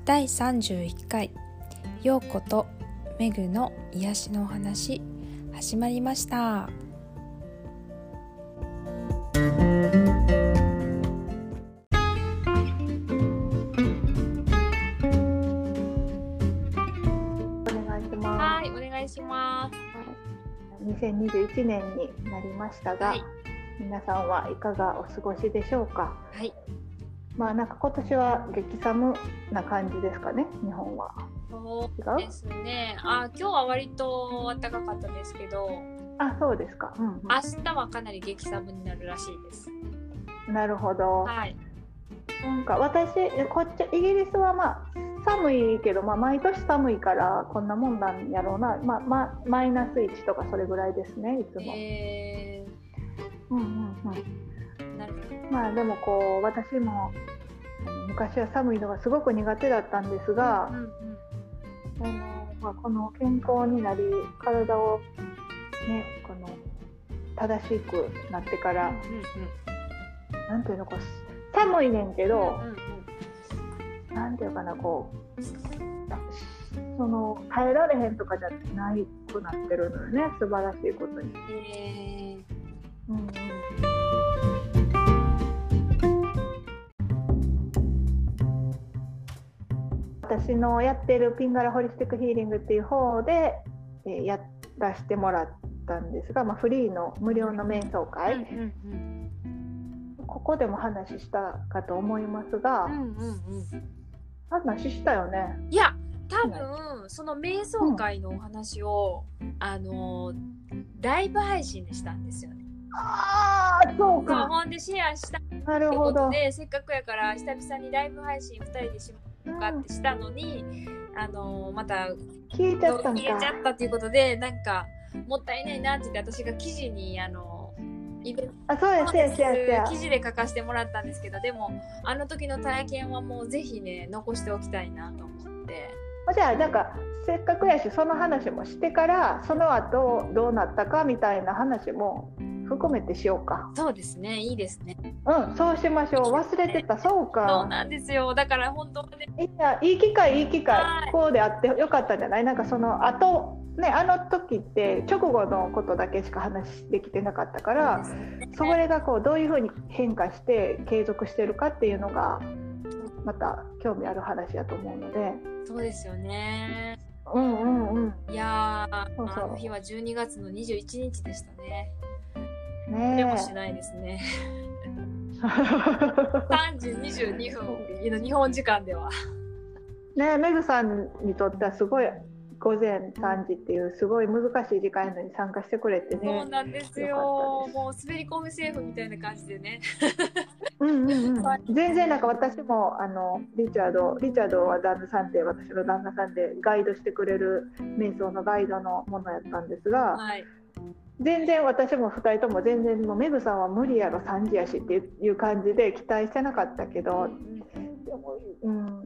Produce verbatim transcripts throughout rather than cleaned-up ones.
だいさんじゅういっかいようことめぐの癒しのお話始まりました。 はい、お願いします。 にせんにじゅういちねんになりましたが、はい、皆さんはいかがお過ごしでしょうか。 はい。 まあなんか今年は激寒な感じですかね、日本は。 そうですね。あ、今日は割と暖かかったですけど。 あ、そうですか。うんうん、 明日はかなり激寒になるらしいです。 なるほど。 はい。 なんか私こっちイギリスはまあ寒いけど、まあ、毎年寒いからこんなもんなんやろうな、まあま、マイナスいちとかそれぐらいですね、いつも。 えー、うんうんうん。なるほど。まあでもこう私も昔は寒いのがすごく苦手だったんですが、うんうんうん、あのまあ、この健康になり体をねこの正しくなってから、うんうんうん、なんていうのこう寒いねんけど、うんうんうん、なんていうかなこうその耐えられへんとかじゃないくなってるのよね、素晴らしいことに。へー、うんうん、私のやってるピンガラホリスティックヒーリングっていう方で、えー、やらせてもらったんですが、まあ、フリーの無料の瞑想会、うんうんうん、ここでも話したかと思いますが、うんうんうん、話したよね。 いや多分その瞑想会のお話を、うん、あのライブ配信でしたんですよね。 ああ、そうか。 そう、ほんでシェアしたってなるほど。 ことで、せっかくやから久々にライブ配信ふたりでしようかってしたのに、うん、あのまた消えちゃったんか。 消えちゃったということで、なんかもったいないなって言って私が記事にあのイベントあ、そうです、そうです、 記事で書かせてもらったんですけど、でもあの時の体験はもうぜひね残しておきたいなと思って。 じゃあなんかせっかくやしその話もしてからその後どうなったかみたいな話も含めてしようか。 そうですね、いいですね。 うん、そうしましょう。忘れてた。そうか。 そうなんですよ。だから本当ね。 いや、いい機会いい機会。こうであってよかったんじゃない？なんかその後ね、あの時って直後のことだけしか話できてなかったから、そ, ね、それがこうどういうふうに変化して継続してるかっていうのがまた興味ある話だと思うので。 そうですよね。 うんうんうん。 いやー、そうそう、あの日はじゅうにがつのにじゅういちにちでしたね。ねえ。でもしないですね。さんじにじゅうにふん、日本時間では。ねえ、メグさんにとってはすごいごぜんさんじっていうすごい難しい時間なのに参加してくれてね。 そうなんですよ。もう滑り込みセーフみたいな感じでね。 うんうんうん、全然なんか私もあのリチャードリチャードは旦那さんで、私の旦那さんでガイドしてくれる瞑想のガイドのものやったんですが、はい、全然私もふたりとも全然もうメグさんは無理やろさんじやしっていう感じで期待してなかったけど、でも、うん、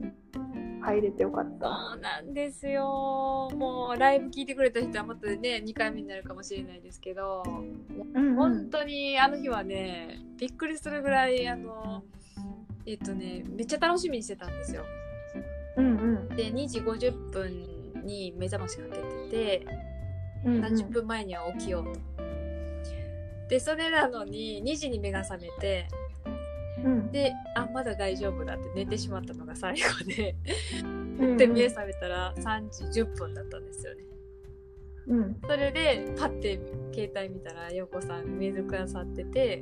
入れてよかった。 そうなんですよ。もうライブ聞いてくれた人はまたねにかいめになるかもしれないですけど、うんうん、本当にあの日はねびっくりするぐらいあのえっとねめっちゃ楽しみにしてたんですよ。うんうん、でにじごじゅっぷんに目覚ましかけてて、うんうん、何十分前には起きようと。でそれなのににじに目が覚めて、うん、であまだ大丈夫だって寝てしまったのが最後でで目覚めたらさんじじゅっぷんだったんですよね。うん、それでパッて携帯見たら陽子さんメールくださってて、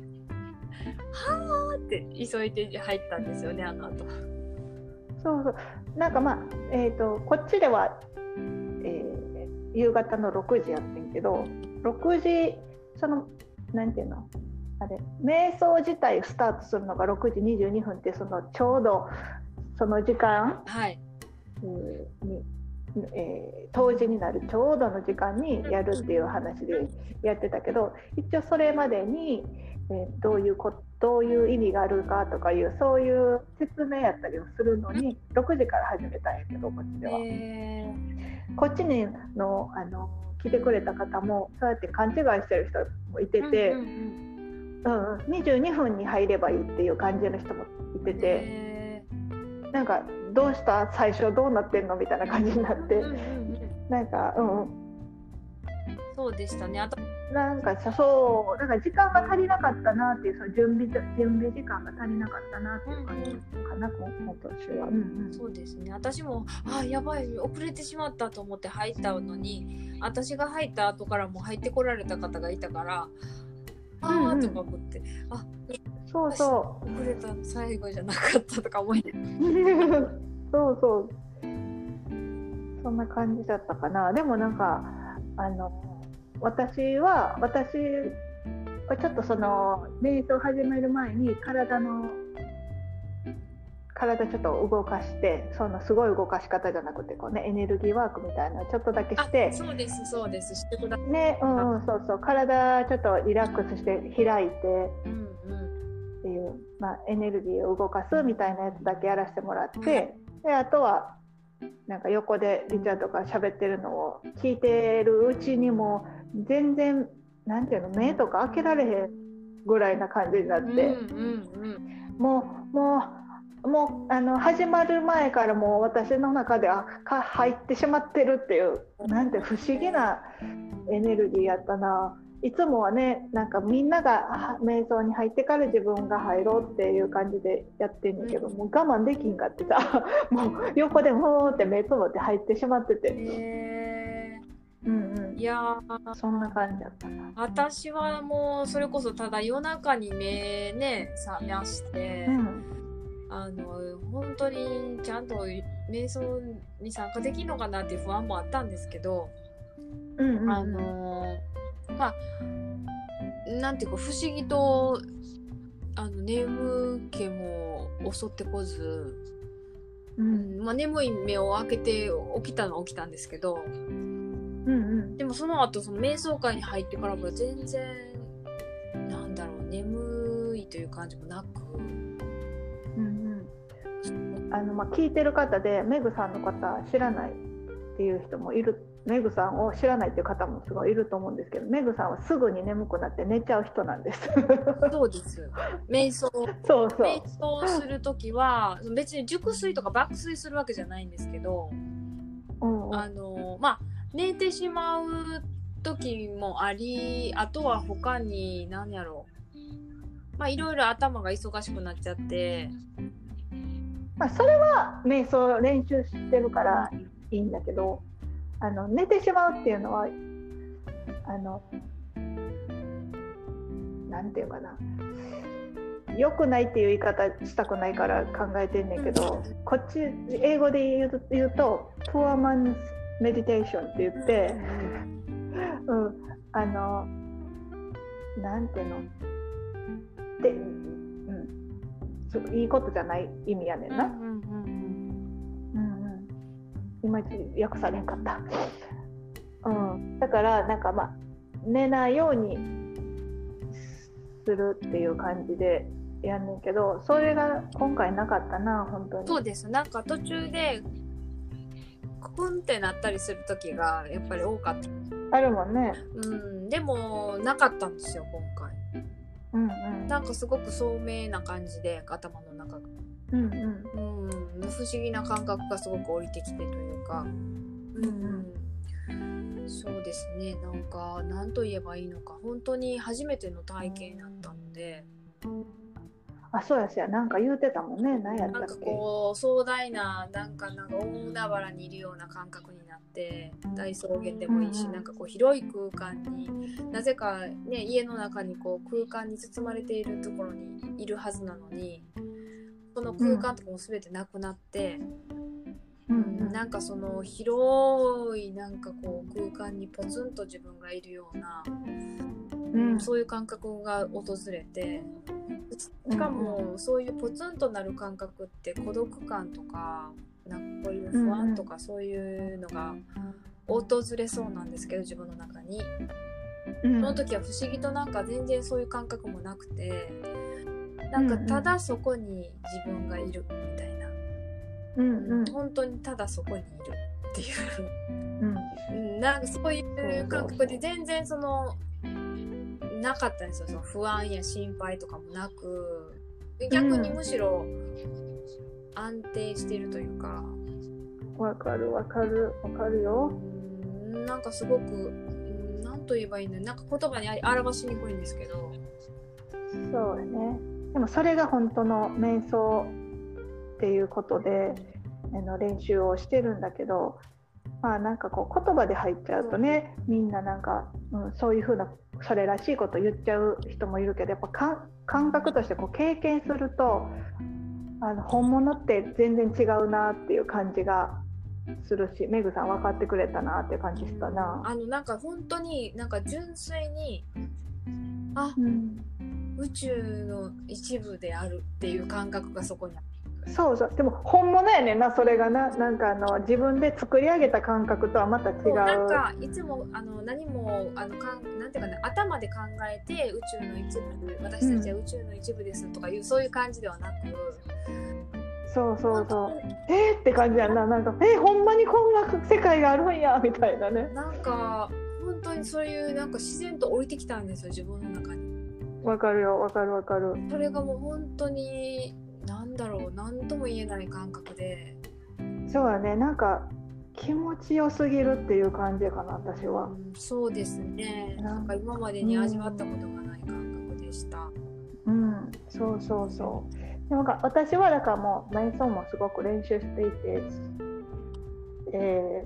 はーって急いで入ったんですよね、あの後。 そうそう、なんかまあ、えーと、こっちでは、えー、夕方のろくじやってんけど、ろくじそのなんていうのあれ瞑想自体スタートするのがろくじにじゅうにふんって、そのちょうどその時間、はい、に、えー、冬至になるちょうどの時間にやるっていう話でやってたけど、一応それまでに、えー、どういうこどういう意味があるかとかいうそういう説明やったりをするのにろくじから始めたんやけど、こっちでは、えー、こっちにのあの来てくれた方もそうやって勘違いしてる人もいてて、うんうんうんうん、にじゅうにふんに入ればいいっていう感じの人もいてて、 なんかどうした最初どうなってんのみたいな感じになって、うんうんうん、なんかうん、 そうでしたね。あとなんかさ、そうなんか時間が足りなかったなっていう、その準備準備時間が足りなかったなっていう感じかな、今年は、うんうん、 そうですね。私もあやばい遅れてしまったと思って入ったのに、私が入った後からも入ってこられた方がいたから、あー、うんうん、とか思って、あそうそう遅れた最後じゃなかったとか思いそうそうそんな感じだったかな。でもなんかあの私は私はちょっとその瞑想を始める前に体の体ちょっと動かして、そのすごい動かし方じゃなくてこう、ね、エネルギーワークみたいなのをちょっとだけして、 そうですそうですしてくださいね、うんうん、そうそう、体ちょっとリラックスして開いて、うんうん、っていう、まあ、エネルギーを動かすみたいなやつだけやらせてもらって、であとはなんか横でリチャードが喋ってるのを聞いてるうちにも全然なんていうの、目とか開けられへんぐらいな感じになって、うんうんうん、もうもうもうあの始まる前からもう私の中では入ってしまってるっていう、なんて不思議なエネルギーやったな。いつもはね、なんかみんなが瞑想に入ってから自分が入ろうっていう感じでやってんだけど、もう我慢できんかってさ、もう横でふーって目つぶって入ってしまってて、へー、うんうん、いやそんな感じだったな。 私はもうそれこそただ夜中に目ね覚まして、うん、あの本当にちゃんと瞑想に参加できるのかなっていう不安もあったんですけど、うんうんうん、あのまあなんていうか不思議とあの眠気も襲ってこず、うんまあ、眠い目を開けて起きたのは起きたんですけど、うんうん、でもその後その瞑想会に入ってからも全然なんだろう眠いという感じもなく、 うんうん、あのまあ聞いてる方でメグさんの方知らないっていう人もいる、メグさんを知らないっていう方もすごいいると思うんですけど、メグさんはすぐに眠くなって寝ちゃう人なんです。 そうです瞑想そうそう瞑想するときは別に熟睡とか爆睡するわけじゃないんですけど、うんうん、あのまあ寝てしまう時もあり、あとは他に何やろう、まあいろいろ頭が忙しくなっちゃって、 まあ、それは瞑想練習してるからいいんだけど、あの寝てしまうっていうのはあのなんていうかな、良くないっていう言い方したくないから考えてんねんけど、こっち英語で言うと、言うとPoor Man's Meditationって言って、うん、あのなんていうので、うん、いいことじゃない意味やねんな。うんうんうん、いまいち訳されんかった。うん、だからなんかまあ寝ないようにするっていう感じでやんねんけど、それが今回なかったな本当に。 そうです。なんか途中でクンってなったりする時がやっぱり多かった。 あるもんね。 うん、でもなかったんですよ今回。うんうん、なんかすごく聡明な感じで頭の中が、うんうんうん、不思議な感覚がすごく降りてきてというか、うんうん、そうですね。なんか何と言えばいいのか、本当に初めての体験だったので。 あ、そうやしや、なんか言うてたもんね。何やったっけ。 なんかこう壮大な、なんかなんか大海原にいるような感覚になって、大草原でもいいし、うんうん、なんかこう広い空間になぜかね、家の中にこう空間に包まれているところにいるはずなのに、その空間とかも全てなくなって、うんうん、なんかその広いなんかこう空間にポツンと自分がいるような、うん、そういう感覚が訪れて、しかもそういうポツンとなる感覚って孤独感とかなんかこういう不安とかそういうのが訪れそうなんですけど、自分の中にその時は不思議となんか全然そういう感覚もなくて、なんかただそこに自分がいるみたいな、うんうん、本当にただそこにいるっていう、うん、なんかそういう感覚で全然そのなかったんですよ。その不安や心配とかもなく、逆にむしろ、 安定してるというか。 わかるわかるわかるよ。 うん、なんかすごく何と言えばいいの、なんか言葉に表しにくいんですけど。 そうやね。でもそれが本当の瞑想っていうことであの練習をしてるんだけど、まあなんかこう言葉で入っちゃうとね、みんななんか、うん、そういう風なそれらしいこと言っちゃう人もいるけど、やっぱ感覚としてこう経験すると、あの本物って全然違うなっていう感じがするし、メグさん分かってくれたなっていう感じしたな。 あのなんか本当になんか純粋にあ、うん、宇宙の一部であるっていう感覚がそこにある。 そうそう、でも本物やねんな、それがな、なんかあの自分で作り上げた感覚とはまた違う。 なんかいつもあの何もあのかんなんていうかね、頭で考えて宇宙の一部、私たちは宇宙の一部ですとかいう、うん、そういう感じではなく、 そうそうそう、えーって感じやんな、なんかえー、ほんまにこんな世界があるんやみたいなね。 なんか本当にそういうなんか自然と降りてきたんですよ、自分の中に。 わかるよ、わかるわかる。 それがもう本当になんだろう、なんとも言えない感覚で。 そうやね、なんか気持ちよすぎるっていう感じかな、私は。 うん、そうですね、なんか今までに味わったことがない感覚でした。 うん、うん、そうそうそう。でも私はだからもう瞑想もすごく練習していて、え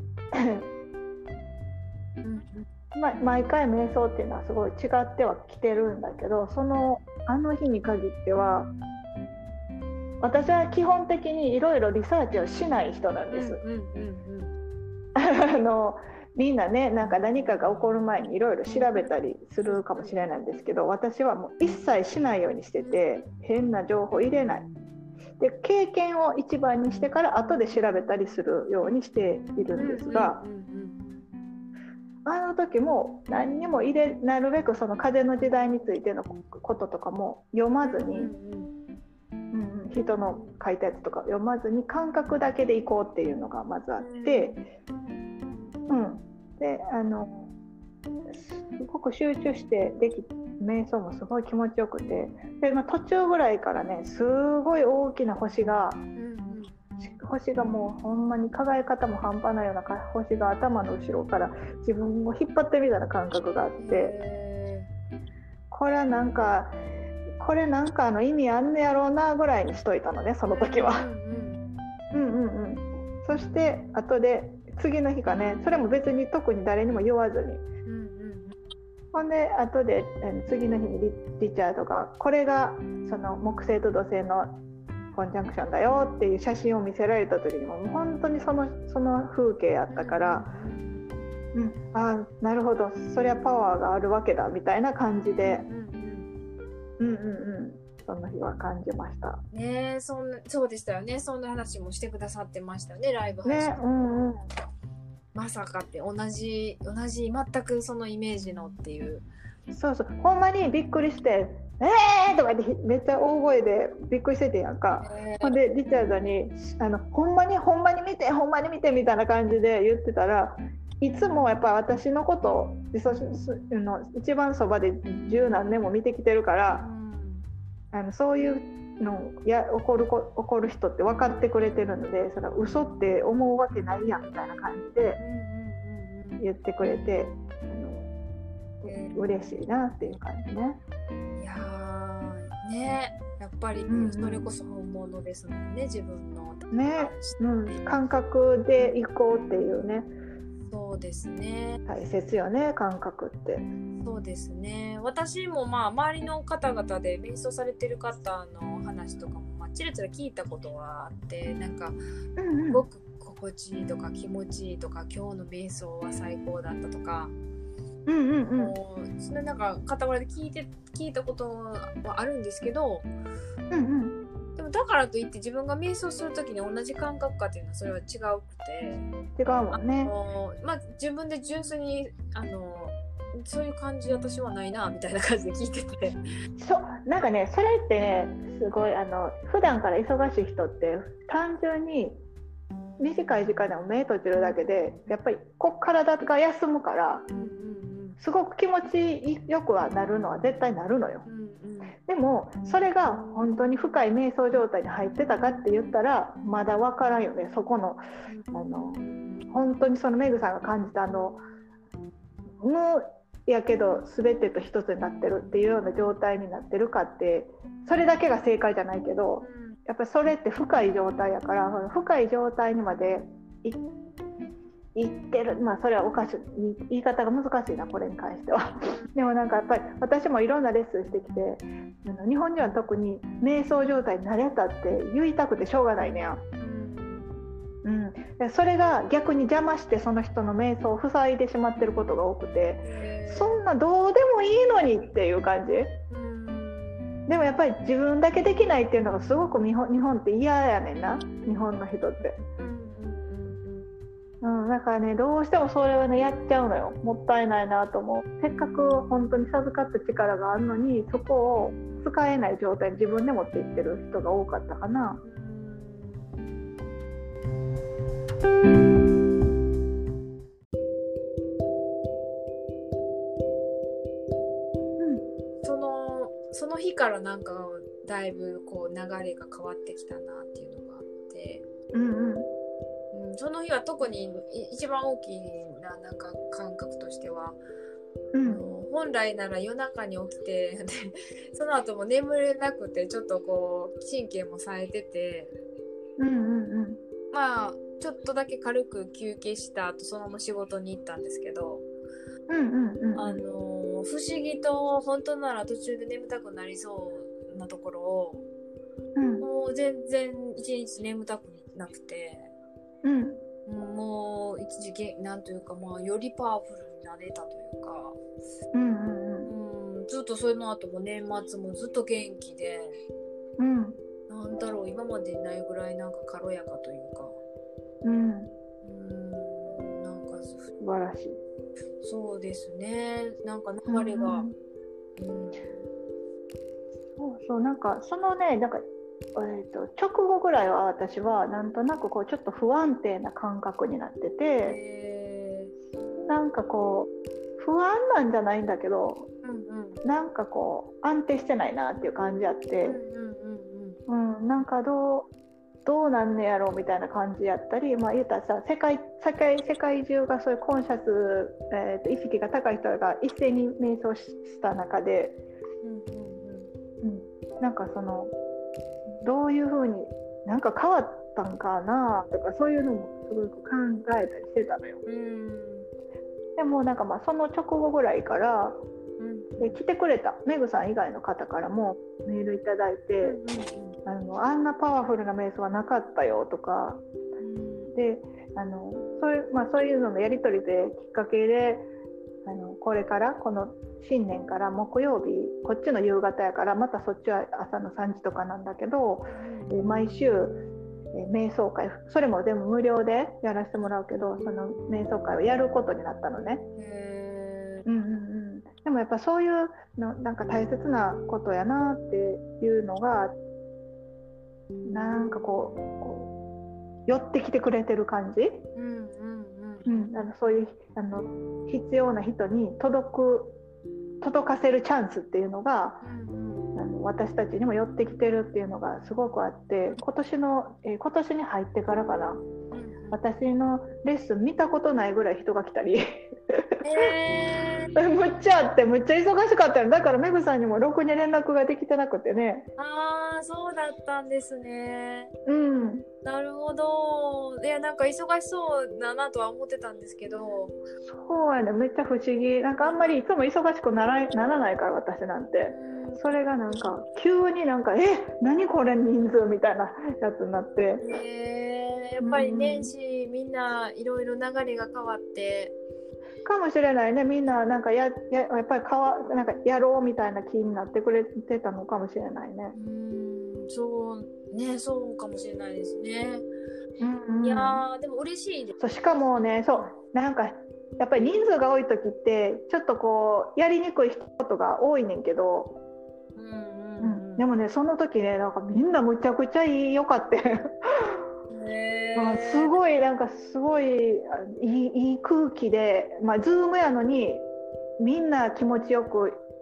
ーうん、ま、毎回瞑想っていうのはすごい違ってはきてるんだけど、そのあの日に限っては私は基本的にいろいろリサーチをしない人なんです。あのみんなね、なんか何かが起こる前にいろいろ調べたりするかもしれないんですけど、私はもう一切しないようにしてて、変な情報入れないで、経験を一番にしてから後で調べたりするようにしているんですが、あの時も何にも入れ、なるべくその風の時代についてのこととかも読まずに、うん、人の書いたやつとか読まずに感覚だけでいこうっていうのがまずあって、うん、であのすごく集中してでき瞑想もすごい気持ちよくて、で、まあ、途中ぐらいからね、すごい大きな星が、うん、星がもうほんまに輝き方も半端ないような星が頭の後ろから自分を引っ張ってみたいな感覚があって、これはなんかこれなんかあの意味あんねやろうなぐらいにしといたのね、その時は。うんうんうん。そして後で次の日かね、それも別に特に誰にも言わずに、うんうん、ほんで後で次の日に リ, リチャードがこれがその木星と土星のコンジャンクションだよっていう写真を見せられた時にも、もう本当にそのその風景やったから、うん、ああなるほど、そりゃパワーがあるわけだみたいな感じで、うんうんうん、その日は感じましたね。え、そんなそうでしたよね。そんな話もしてくださってましたよね、ライブ配信、 ね、うんうん、 まさかって同じ同じ全くそのイメージのっていう。 そうそう、ほんまにびっくりしてえーとか言ってめっちゃ大声でびっくりしててやんか、えー、ほんでリチャードにあのほんまにほんまに見てほんまに見てみたいな感じで言ってたら、いつもやっぱ私のことをの一番そばで十何年も見てきてるから、うん、あのそういうのや起こる起こる人って分かってくれてるので、それは嘘って思うわけないやんみたいな感じで言ってくれて、あの、えー、嬉しいなっていう感じね。 いやーね、やっぱり、ね、それこそ本物ですもんね、自分のね、うん、感覚でいこうっていうね。 そうですね、 大切よね、感覚って。 そうですね。私もまあ周りの方々で瞑想されてる方の話とかもまあちらちら聞いたことはあって、なんかすごく心地いいとか気持ちいいとか、今日の瞑想は最高だったとか、うんうんうん、もうそれなんか傍らで聞いて聞いたことはあるんですけど、うんうん、でもだからといって自分が瞑想するときに同じ感覚かっていうのはそれは違うくて、 違うもんね。 あの、まあ、自分で純粋にあのそういう感じ私はないなみたいな感じで聞いてて、 そうなんかね、それってね、すごいあの普段から忙しい人って単純に短い時間でも目閉じるだけでやっぱりこ体が休むから、うんうんうん、すごく気持ちよくはなるのは絶対なるのよ、うんうん、でもそれが本当に深い瞑想状態に入ってたかって言ったらまだ分からんよね。そこの、あの本当にそのメグさんが感じたあの無やけど全てと一つになってるっていうような状態になってるかって、それだけが正解じゃないけど、やっぱりそれって深い状態やから、深い状態にまでいいってる、まあそれはおかしい、言い方が難しいなこれに関してはでもなんかやっぱり私もいろんなレッスンしてきて、日本人は特に瞑想状態になれたって言いたくてしょうがないねや、うん、それが逆に邪魔してその人の瞑想を塞いでしまってることが多くて、そんなどうでもいいのにっていう感じ。でもやっぱり自分だけできないっていうのがすごく日本、日本って嫌やねんな、日本の人って。うん、だからね、どうしてもそれをねやっちゃうのよ。もったいないなと思う。せっかく本当に授かった力があるのに、そこを使えない状態に自分で持っていってる人が多かったかな。 そのその日からなんかだいぶこう流れが変わってきたなっていうのがあって、 うんうんうん、その日は特に一番大きななんか感覚としては、うん、本来なら夜中に起きてその後も眠れなくてちょっとこう神経も冴えてて、 うんうんうん、 まあちょっとだけ軽く休憩した後そのまま仕事に行ったんですけど、 うんうんうん、 あの不思議と本当なら途中で眠たくなりそうなところを、うん、もう全然一日眠たくなくて、うん、もう一時なんというか、まあ、よりパワフルになれたというか、うんうんうん、ずっとその後も年末もずっと元気で、うん、なんだろう今までにないぐらいなんか軽やかというか、うん、うんなんか素晴らしい。 そうですね。なんか流れが、うんうん、 そうそう、なんかそのね、なんか、えーと、直後ぐらいは私はなんとなくこうちょっと不安定な感覚になってて、なんかこう不安なんじゃないんだけど、うんうん、なんかこう安定してないなっていう感じあって、うんうんうんうん、なんかどうどうなんねやろうみたいな感じやったり、まあ言うたらさ、世界世界世界中がそういうコンシャス、えー、と意識が高い人が一斉に瞑想した中で、うんうんうん、なんかそのどういう風になんか変わったんかなとかそういうのもすごく考えたりしてたのよ。うん、でもなんかまあその直後ぐらいから、うん、で来てくれたメグさん以外の方からもメールいただいて、うんうんあのあんなパワフルな瞑想はなかったよとか、うん、であのそういう、まあ、そういうののやり取りできっかけであのこれからこの新年から木曜日こっちの夕方やからまたそっちは朝のさんじとかなんだけど、うん、毎週瞑想会それも全部無料でやらせてもらうけどその瞑想会をやることになったのね。うんうんうん、でもやっぱそういうのなんか大切なことやなっていうのがなんかこう、こう寄ってきてくれてる感じ、うんうんうん、あのそういうあの必要な人に届く届かせるチャンスっていうのが、うんうん、あの私たちにも寄ってきてるっていうのがすごくあって今年の、えー、今年に入ってからかな、うん、私のレッスン見たことないぐらい人が来たりえー、むっちゃあってむっちゃ忙しかったよ。だからメグさんにもろくに連絡ができてなくてね。 ああそうだったんですね。 うんなるほど。いやなんか忙しそうだなとは思ってたんですけど。 そうやね、めっちゃ不思議。なんかあんまりいつも忙しくなら、ならないから私なんて、うん、それがなんか急になんかえ何これ人数みたいなやつになって、 えー、やっぱり年始、うん、みんないろいろ流れが変わってかもしれないね。みんななんか や, や, やっぱりかわなんかやろうみたいな気になってくれてたのかもしれないね。 うんそうねそうかもしれないですね。うんうん、いやでも嬉しいです。 そうしかもねそうなんかやっぱり人数が多い時ってちょっとこうやりにくい人が多いねんけど、うんうんうんうん、でもねその時ねなんかみんなむちゃくちゃいいよかってまあ、すごいなんかすごいいい、いい空気で、まあ、ズームやのにみんな気持ちよく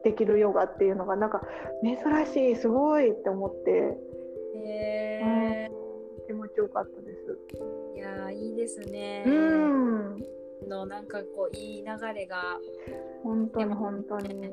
できるヨガっていうのがなんか珍しい、すごいって思って、 へー、 うん、気持ちよかったです。 いやー、いいですね。 うんのなんかこういい流れが本当に本当に。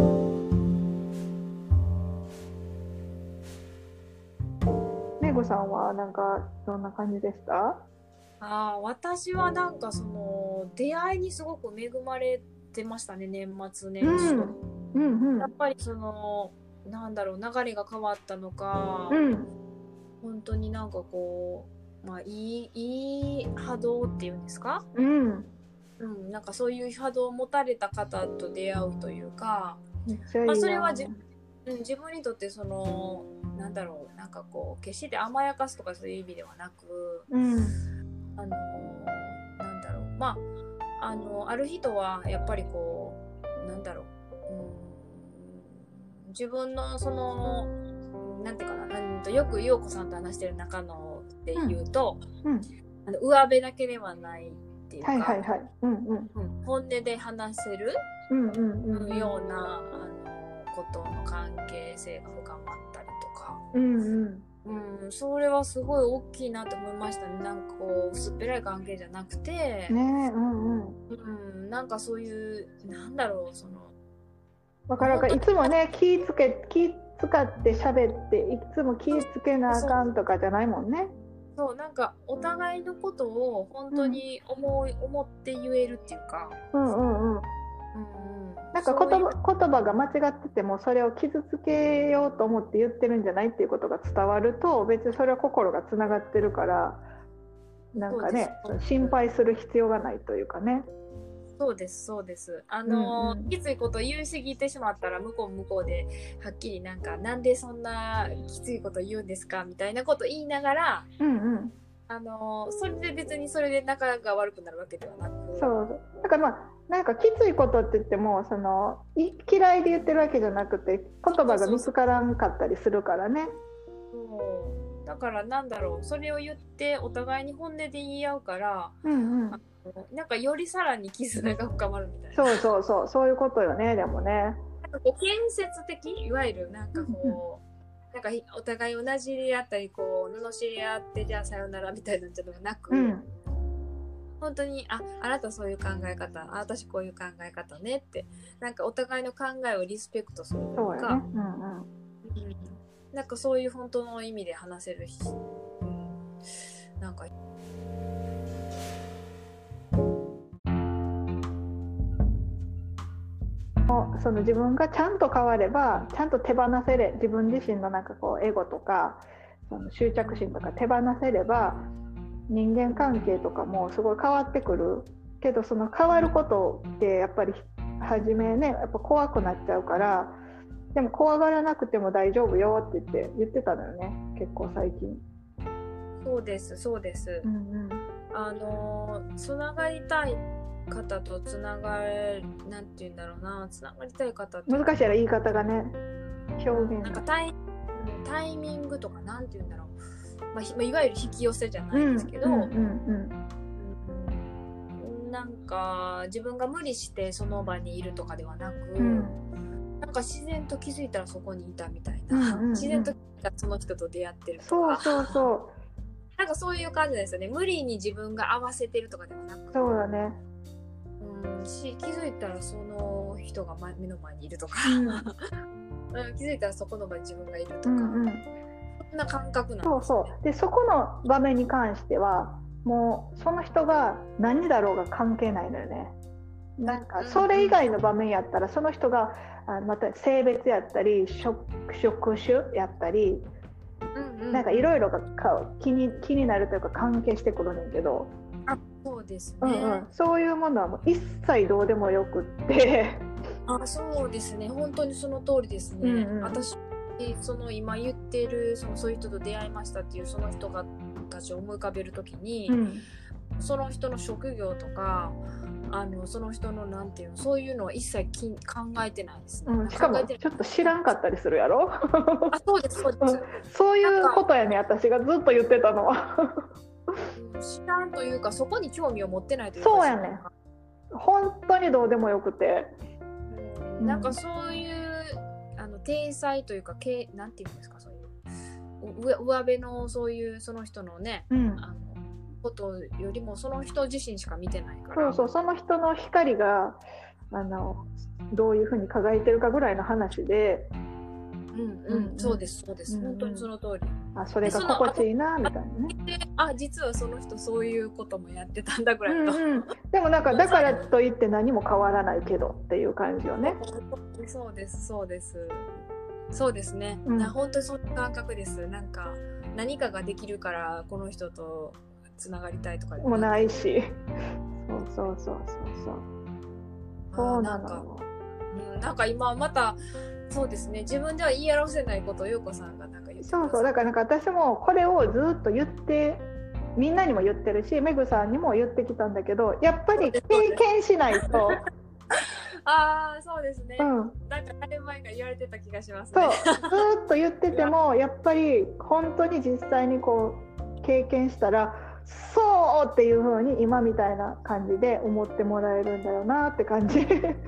めぐさんはなんかどんな感じでした？ あ、私はなんかその出会いにすごく恵まれてましたね、年末年始と、うんうんうん、やっぱりそのなんだろう、流れが変わったのか、うん、本当になんかこう、まあ、いい、いい波動っていうんですか、うんうん、なんかそういう波動を持たれた方と出会うというか、まあ、それはじ、うん、自分にとってそのなんだろう、なんかこう決して甘やかすとかそういう意味ではなく、うん、あのなんだろう、まああのある人はやっぱりこうなんだろう、うん、自分のそのなんていうかな、なんとよく陽子さんと話してる中ので言うと、うんうん、あの上辺だけではないっていうか、はいはいはい、うんうんうん、本音で話せる、うんうんうん、ようなあのことの関係性が深まったりとか、うんうんうん、それはすごい大きいなと思いましたね。なんかこう薄っぺらい関係じゃなくて、ね、うんうんうん、なんかそういうなんだろう、そのわかるか、いつもね気つけ気使って喋っていつも気つけなあかんとかじゃないもんね。 そう、なんかお互いのことを本当に思い、うん、思って言えるっていうか、うんうんうん、うんうん、 なんか言葉、言葉が間違っててもそれを傷つけようと思って言ってるんじゃないっていうことが伝わると、別にそれは心がつながってるからなんかね心配する必要がないというかね。 そうですそうです。あの、うんうん、きついこと言い過ぎてしまったら向こう向こうではっきりなんかなんでそんなきついこと言うんですかみたいなこと言いながら、うんうん、あのそれで別にそれで仲が悪くなるわけではなく、 そうだからまあなんかきついことって言ってもその嫌いで言ってるわけじゃなくて言葉が見つからんかったりするからね。 そうだからなんだろう、それを言ってお互いに本音で言い合うから、うんうん、なんかよりさらに絆が深まるみたいな。 そうそうそうそういうことよね。でもねなんかこう建設的、いわゆるなんかこう、うん、なんかお互い同じり合ったりこう罵り合ってじゃあさよならみたいなんじゃなく、うん、本当にああなたそういう考え方、あ私こういう考え方ねってなんかお互いの考えをリスペクトするというか、そうやね、うんうんうん、なんかそういう本当の意味で話せるし、うん、なんかその自分がちゃんと変わればちゃんと手放せれ自分自身のなんかこうエゴとかその執着心とか手放せれば人間関係とかもすごい変わってくるけど、その変わることってやっぱり初めねやっぱ怖くなっちゃうから、でも怖がらなくても大丈夫よって言って言ってたのよね、結構最近。 そうですそうです、うんうん、あのつながりたい方とつながるなんて言うんだろうな、つながりたい方って難しいら言い方がね、表現なんかタイ、タイミングとかなんて言うんだろう、まあ、いわゆる引き寄せじゃないですけど、うんうんうんうん、なんか自分が無理してその場にいるとかではなく、うん、なんか自然と気づいたらそこにいたみたいな、うんうんうん、自然と気づいたらその人と出会ってるとか、 そうそうそうなんかそういう感じですよね。無理に自分が合わせてるとかではなく、 そうだね、 うん、し気づいたらその人が目の前にいるとか、うん、気づいたらそこの場に自分がいるとか、うんうん、そんな感覚なんですね。 そうそうでそこの場面に関してはもうその人が何だろうが関係ないのよね。なんかそれ以外の場面やったらその人があまた性別やったり職種やったり、うんうん、なんかいろいろが気に気になるというか関係してくるねんけど、 あそうですね、 うんうん、そういうものはもう一切どうでもよくってあそうですね、本当にその通りですね、うんうん、私その今言ってるそのそういう人と出会いましたっていうその人がたちを思い浮かべるときに、うん、その人の職業とかあのその人のなんていうのそういうのは一切き考えてないですね、 うん、しかもちょっと知らんかったりするやろあそうですそうです、うん、 そういうことやね私がずっと言ってたのは知らんというかそこに興味を持ってないというか、そうやね本当にどうでもよくて、 うん、なんかそういう体裁というかけなんていうんですか、そういう上上辺のそういうその人のね、 うん、 あのことよりもその人自身しか見てないから、 そうそう、その人の光があのどういうふうに輝いてるかぐらいの話で、 うんうん、うん、そうですそうです、うんうん、本当にその通り。 あ、それが心地いいなみたいなね。 あ、実はその人そういうこともやってたんだぐらいの、 うんうん、でもなんかだからといって何も変わらないけどっていう感じよね。 そうですそうですそうですね、うん、な本当にそんな感覚です。なんか何かができるからこの人とつながりたいとかもないし、そうそうそうそうそう、そうなの。 なんか、うん、なんか今またそうですね、自分では言い表せないことを陽子さんがなんか言ってくださる。 そうそう、だからなんか私もこれをずっと言ってみんなにも言ってるし、メグさんにも言ってきたんだけど、やっぱり経験しないとああ、そうですね、うん、なんかだいぶ前から言われてた気がしますね。 そう、ずっと言っててもやっぱり本当に実際にこう経験したらそうっていう風に今みたいな感じで思ってもらえるんだよなって感じ。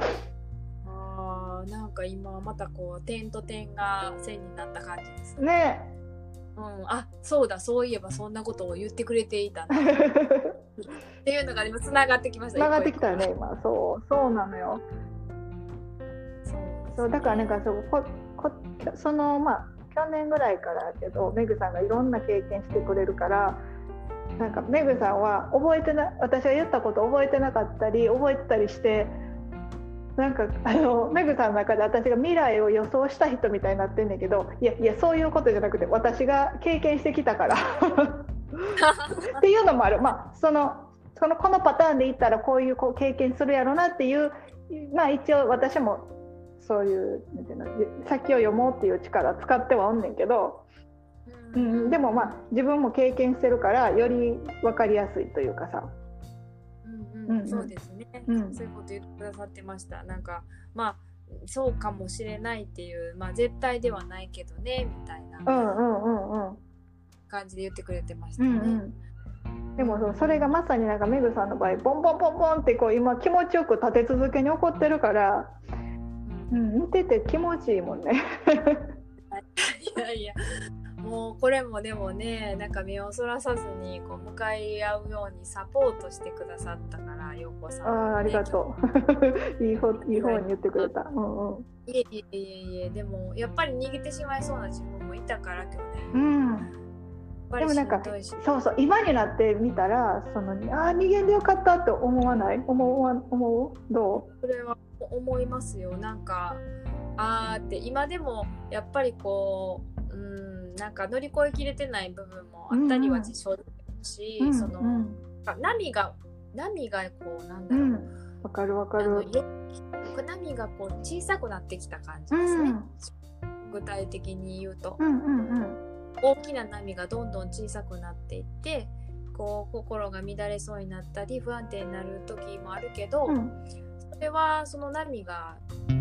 あ、なんか今またこう点と点が線になった感じですね。 ね、 うん、あ、そうだ、そういえばそんなことを言ってくれていたなっていうのが今つながってきました。 つながってきたよね今。そうそうなのよ。そう、そうだからなんかそうここそのまあ去年ぐらいからだけどメグさんがいろんな経験してくれるから、なんかメグさんは覚えてな私が言ったこと覚えてなかったり覚えてたりして、なんかあのメグさんの中で私が未来を予想した人みたいになってんねんけど、いやいやそういうことじゃなくて私が経験してきたからっていうのもある。まあそのそのこのパターンでいったらこういうこう経験するやろなっていう、まあ一応私もそういうなんていうの、先を読もうっていう力使ってはおんねんけど、うん、でもまあ自分も経験してるからより分かりやすいというかさ。 うんうん、そうですね、うん、そういうこと言ってくださってました。なんかまあそうかもしれないっていう、まあ絶対ではないけどねみたいな感じで言ってくれてましたね。うんうん、でもそれがまさになんかメグさんの場合ボンボンボンボンってこう今気持ちよく立て続けに起こってるから、うん、見てて気持ちいいもんね。 いやいや、もうこれもでもね、なんか目をそらさずにこう向かい合うようにサポートしてくださったから陽子さん、ね、 あ, ありがとう。いい方いい方に言ってくれた。うんうん、 いえいえいえいえ、でもやっぱり逃げてしまいそうな自分もいたから去年。 うん。でもなんかそうそう、今になってみたらそのあー逃げんでよかったって思わない？思う思うどう？それは思いますよ。なんかあーって今でもやっぱりこう、うん、なんか乗り越えきれてない部分もあったりは正直し、うんうん、その、うん、波が波がこうなんだろう、わ、 うん、かるわかる。 波がこう小さくなってきた感じですね。うん、具体的に言うと。 うんうんうん、 大きな波がどんどん小さくなっていってこう心が乱れそうになったり不安定になる時もあるけど、うん、それはその波が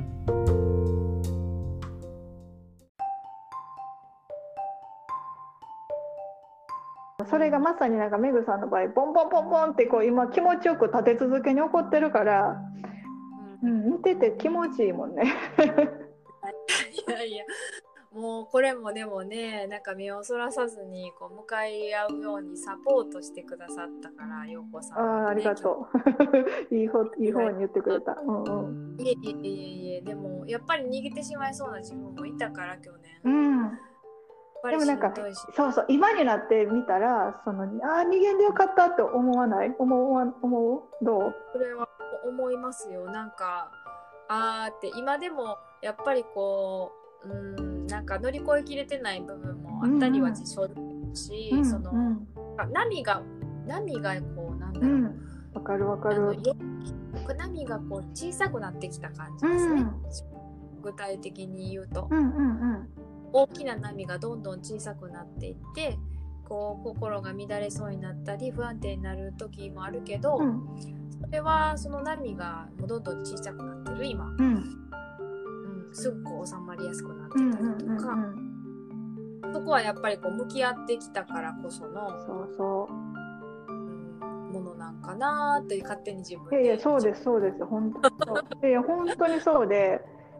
それがまさになんかメグさんの場合ボンボンボンボンってこう今気持ちよく立て続けに起こってるから、うんうん、見てて気持ちいいもんね。 いやいや、もうこれもでもね、なんか目をそらさずにこう向かい合うようにサポートしてくださったから陽子さん、ね、 あ, ありがとう。いい方いい方に言ってくれた。うんうん、 いえいえいえいえ、でもやっぱり逃げてしまいそうな自分もいたから去年。 うん、でもなんかそうそう今になってみたらそのあー逃げんでよかったって思わない？思う思うどう？ それは思いますよ。なんかあーって今でもやっぱりこう、うん、なんか乗り越えきれてない部分もあったりは正直し、うんうん、その、うん、波が波がこうなんだろう、うん、 わかるわかる。 波がこう小さくなってきた感じですね。うん、具体的に言うと。 うんうんうん、 大きな波がどんどん小さくなっていってこう心が乱れそうになったり不安定になる時もあるけど、うん、それはその波がもうどんどん小さくなってる今、うんうん、すぐこう収まりやすくなってたりとか、うんうんうん、そこはやっぱりこう向き合ってきたからこそのそうそう、 うん、ものなんかなって勝手に自分で。 いやいやそうですそうです本当にそういやいや本当にそうで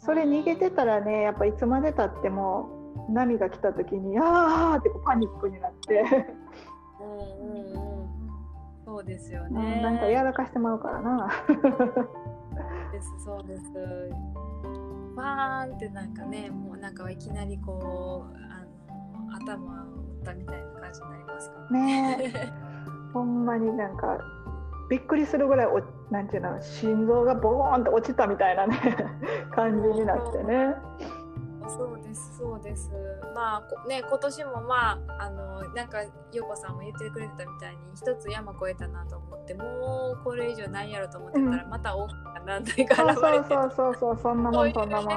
それ逃げてたらね、やっぱいつまでたっても波が来た時にあーってこうパニックになってうんうんうん、そうですようん、 ね。 なんかやらかしてまうからなですそうです。バーンってなんかね、もうなんかいきなりこうあの頭を打ったみたいな感じになりますからね。 ねほんまになんかびっくりするぐらいおなんていうの、心臓がボーンと落ちたみたいなね感じになってね。 そうですそうです。まあこね、今年もまああのなんか陽子さんも言ってくれてたみたいに一つ山越えたなと思って、もうこれ以上ないやろと思ってたら、うん、また大きな難題が現れて、 そうそうそうそう、そんなもんそんなもん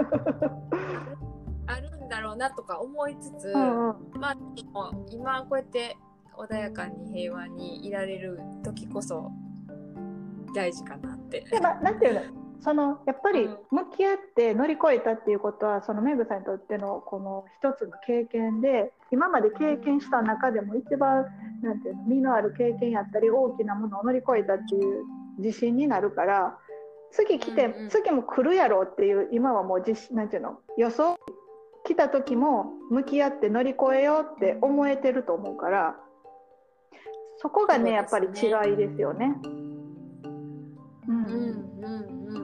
あるんだろうなとか思いつつ、 うんうん、まあ今こうやって穏やかに平和にいられる時こそ大事かなって。 で、まあ、なんていうの、そのやっぱり向き合って乗り越えたっていうことは、そのめぐさんにとってのこの一つの経験で、今まで経験した中でも一番なんていうの、身のある経験やったり大きなものを乗り越えたっていう自信になるから、次来て、うんうん、次も来るやろうっていう、今はもう自信、なんていうの、予想来た時も向き合って乗り越えようって思えてると思うから、そこがね、やっぱり違いですよね。 うんうんうんうん、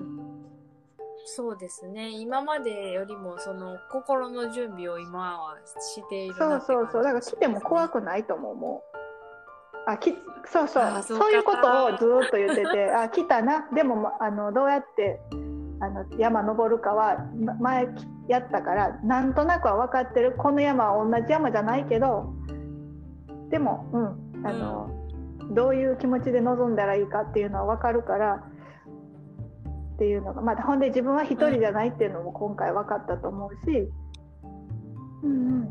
そうですね。今までよりもその心の準備を今はしているなって感じですね。 そうそうそう。だから来ても怖くないと思う。もうあきそうそう、そう、そういうことをずっと言ってて、あ来たな。でもあのどうやってあの山登るかは前やったからなんとなくは分かってる。この山は同じ山じゃないけど、でもうんあの、うん、どういう気持ちで臨んだらいいかっていうのは分かるから。っていうのが、まあ、ほんで自分は一人じゃないっていうのも今回分かったと思うし、うんうんうん、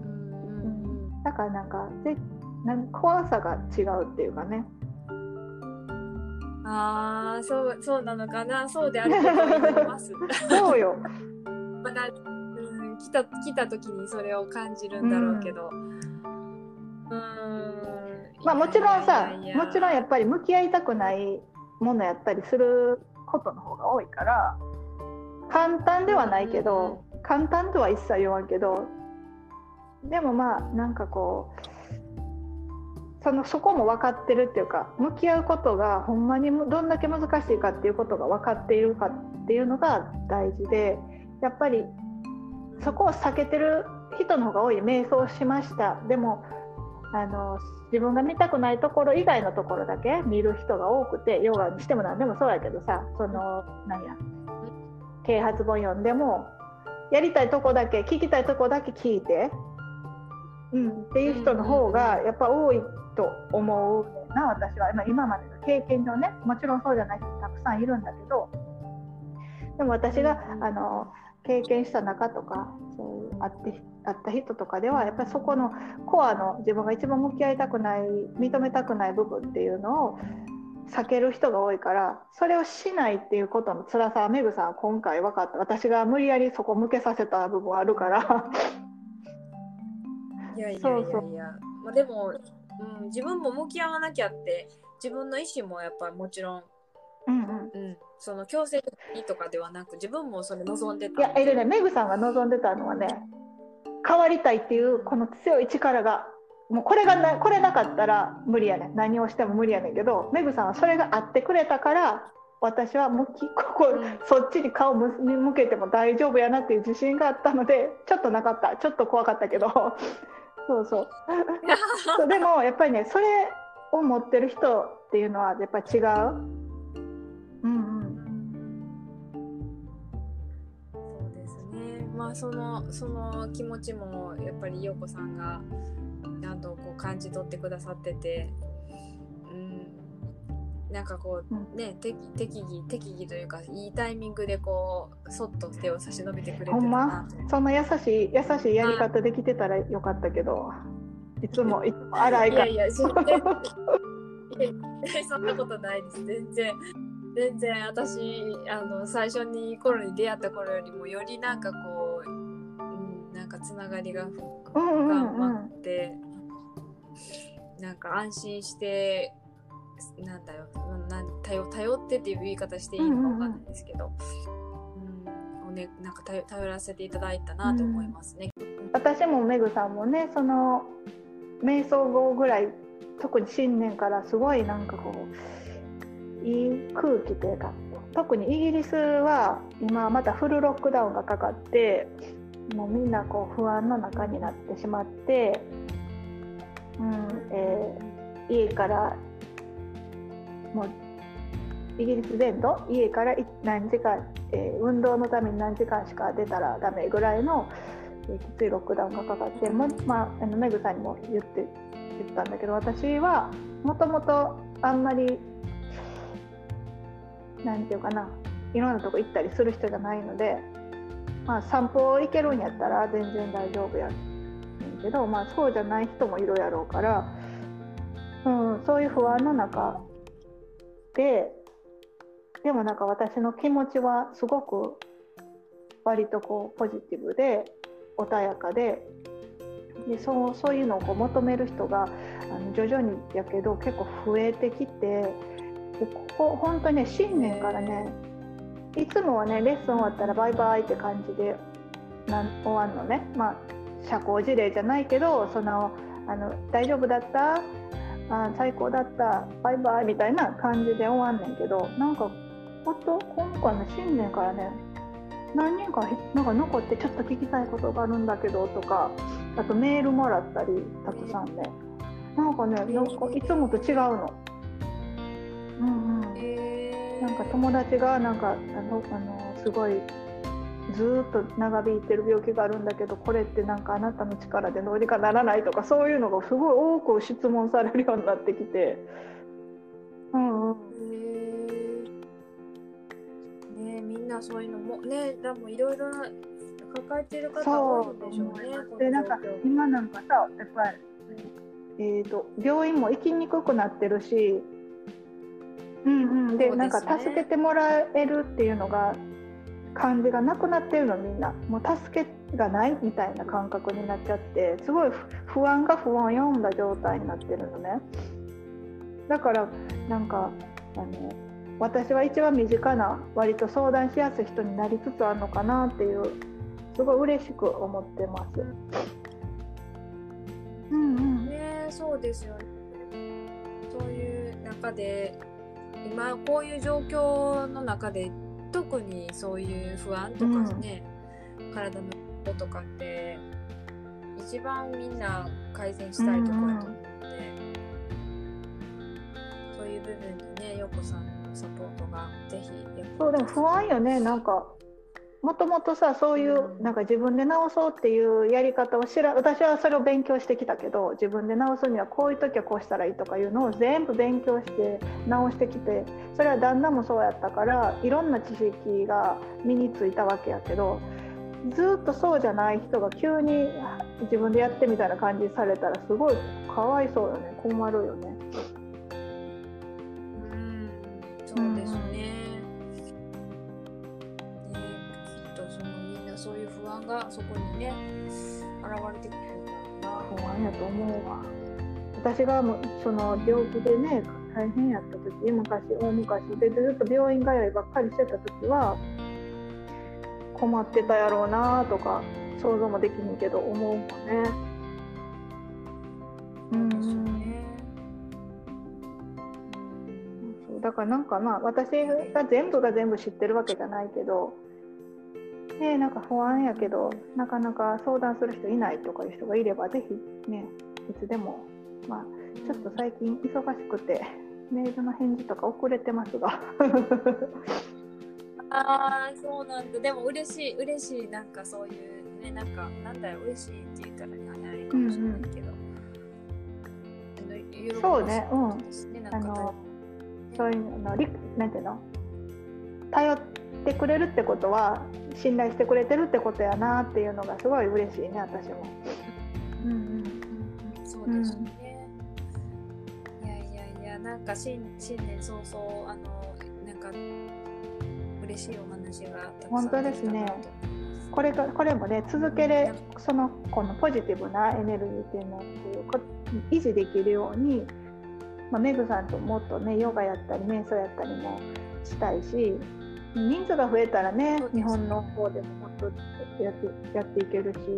だからなんかでなん怖さが違うっていうかね。 ああ、そうそうなのかな。そうであることを思います。 そうよ。 まだ、うん、来た来た時にそれを感じるんだろうけど。うん。うーんまあもちろんさ、いやいやいやもちろんやっぱり向き合いたくないものやったりすることの方が多いから簡単ではないけど、うんうん、簡単とは一切言わんけど、でもまあなんかこうそのそこも分かってるっていうか、向き合うことがほんまにどんだけ難しいかっていうことが分かっているかっていうのが大事で、やっぱりそこを避けてる人の方が多い。瞑想しました、でもあの自分が見たくないところ以外のところだけ見る人が多くて、ヨガにしても何でもそうやけどさ、その何や啓発本読んでもやりたいとこだけ聞きたいとこだけ聞いて、うん、っていう人の方がやっぱ多いと思うな、私は。今までの経験上ね、もちろんそうじゃない人たくさんいるんだけど、でも私があの経験した中とかそういうあってあった人とかでは、やっぱりそこのコアの自分が一番向き合いたくない、認めたくない部分っていうのを避ける人が多いから、それをしないっていうことの辛さはめぐさん今回分かった。私が無理やりそこ向けさせた部分あるからいやいやいやいや、そうそう、まあ、でも、うん、自分も向き合わなきゃって、自分の意思もやっぱりもちろん、うんうんうん、その強制的にとかではなく、自分もそれ望んでた。 いや、えでね、めぐさんが望んでたのはね、変わりたいっていうこの強い力が、もうこれがな、これなかったら無理やねん、何をしても無理やねんけど、めぐさんはそれがあってくれたから、私は向きここ、うん、そっちに顔向けても大丈夫やなっていう自信があったので、ちょっとなかった、ちょっと怖かったけどそうそうそう、でもやっぱりね、それを持ってる人っていうのはやっぱり違う。うんうん、 そうですね。まあそのその気持ちもやっぱり陽子さんがちゃんとこう感じ取ってくださってて、うん、なんかこうね、適適宜適宜というかいいタイミングでこうそっと手を差し伸べてくれてたなと。 ほんま、そんな優しい優しいやり方できてたらよかったけど、いつもいつも荒いから。 いやいや、そんなことないです。全然全然私あの最初に頃に出会った頃よりもよりなんかこう、うん、なんかつながりが深まって、うんうんうん、なんか安心してなんだよなん頼頼ってっていう言い方していいのかわかんないですけど、うんうんうん、 をねなんか頼頼らせていただいたなと思いますね。 うん、私もめぐさんもねその瞑想後ぐらい特に新年からすごいなんかこういい空気というか、特にイギリスは今またフルロックダウンがかかってもうみんなこう不安の中になってしまって、うんえー、家からもうイギリス全土家から何時間、えー、運動のために何時間しか出たらダメぐらいの、えー、きついロックダウンがかかって、もまあ、あのメグさんにも言って言ったんだけど、私はもともとあんまりなんていうかないろんなとこ行ったりする人じゃないので、まあ、散歩行けるんやったら全然大丈夫やねんけど、まあ、そうじゃない人もいるやろうから、うん、そういう不安の中ででもなんか私の気持ちはすごく割とこうポジティブで穏やかで、で そう、そういうのをこう求める人があの徐々にやけど結構増えてきて、でここ本当にね新年からねいつもはねレッスン終わったらバイバイって感じでなん終わんのね、まあ社交辞令じゃないけどそのあの大丈夫だったあ最高だったバイバイみたいな感じで終わんねんけど、なんかほんと今回の新年からね何人かなんか残ってちょっと聞きたいことがあるんだけどとか、あとメールもらったりたくさんね、なんかねなんかいつもと違うの。うんうん、えー、なんか友達がなんかあのあのすごいずっと長引いてる病気があるんだけど、これってなんかあなたの力でどうにかならないとか、そういうのがすごい多く質問されるようになってきて、うんうん、 えー、ね、みんなそういうのもね、でもいろいろ抱えてる方多いんでしょうね。 でなんか今なんかさやっぱり、えーと、病院も行きにくくなってるし、うんうん、で、なんか助けてもらえるっていうのが感じがなくなってるの、みんなもう助けがないみたいな感覚になっちゃって、すごい不安が不安を読んだ状態になってるのね。だからなんかあの私は一番身近な割と相談しやすい人になりつつあるのかなっていう、すごい嬉しく思ってます。うんうん、 ね、そうですよね。そういう中で今こういう状況の中で特にそういう不安とかね、うん、体のこととかって一番みんな改善したいところだと思うので、うん、そういう部分でね、よこさんのサポートがぜひ。 そうでも不安よね。なんかもともとさ、そういうなんか自分で治そうっていうやり方を知ら、私はそれを勉強してきたけど、自分で治すにはこういう時はこうしたらいいとかいうのを全部勉強して治してきて、それは旦那もそうやったからいろんな知識が身についたわけやけど、ずっとそうじゃない人が急に自分でやってみたいな感じされたらすごいかわいそうよね。困るよね。 うん、そうですね。そういう不安がそこにね現れてくるんだな。 不安やと思うわ。私がもその病気でね大変やった時、昔大昔でずっと病院通いばっかりしてた時は困ってたやろうなとか想像もできんけど思うもんね。 そうですよね。 うん、だからなんかまあ私が全部が全部知ってるわけじゃないけど。ね、なんか不安やけどなかなか相談する人いないとかいう人がいればぜひね、いつでも、まあ、ちょっと最近忙しくてメールの返事とか遅れてますがああ、そうなんだ。でも嬉しい嬉しい、なんかそういうね、なんかなんだよ、嬉しいって言ったらねあれかもしれないけど、 うんうん、そうね、うん、あのそういうのなんていうの、頼ってくれるってことは信頼してくれてるってことやなっていうのがすごい嬉しいね、私も。 うんうんうん、そうですね。うん、いやいやいや、なんか新新年早々あのなんか嬉しいお話がたくさんできたなと思います。 本当ですね。これがこれもね続けれ、そのこのポジティブなエネルギーっていうのを維持できるように、まあ、メグさんともっとねヨガやったり瞑想やったりもしたいし、 人数が増えたらね、日本の方でももっとやってやっていけるし、うん、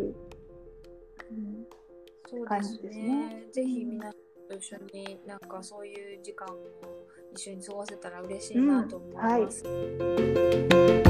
そうですね。ぜひ皆さんと一緒になんかそういう時間を一緒に過ごせたら嬉しいなと思います。うん、はい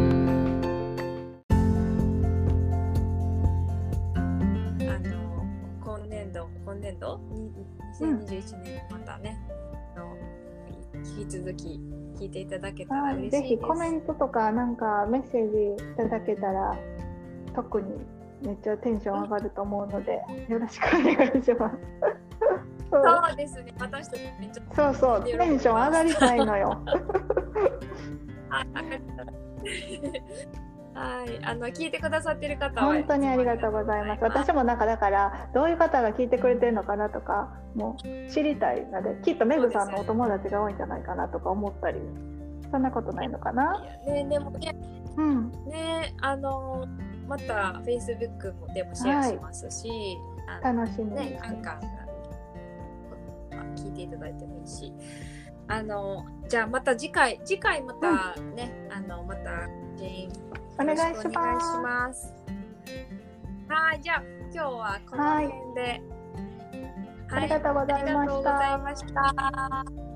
今年度にせんにじゅういちねんまたね、うん、の引き続き聞いていただけたら嬉しいです。 ぜひコメントとかなんかメッセージいただけたら特にめっちゃテンション上がると思うので、うん、よろしくお願いします。 そうですね、私たちめっちゃそうそうテンション上がりたいのよ。 あ、上がったはい、あの聞いてくださってる方は本当にありがとうございます。私もなんかだからどういう方が聞いてくれてるのかなとかもう知りたいので、きっとメグさんのお友達が多いんじゃないかなとか思ったり、そんなことないのかな。 ね、でもね、うん、ね、あのまた Facebook もでもシェアしますし、 はい、楽しみですね。なんか聞いていただいてもいいし、あのじゃあまた次回次回またね、うん、あのまたお願いします。はい、じゃあ今日はこの辺で、 はい、ありがとうございました。 ありがとうございました。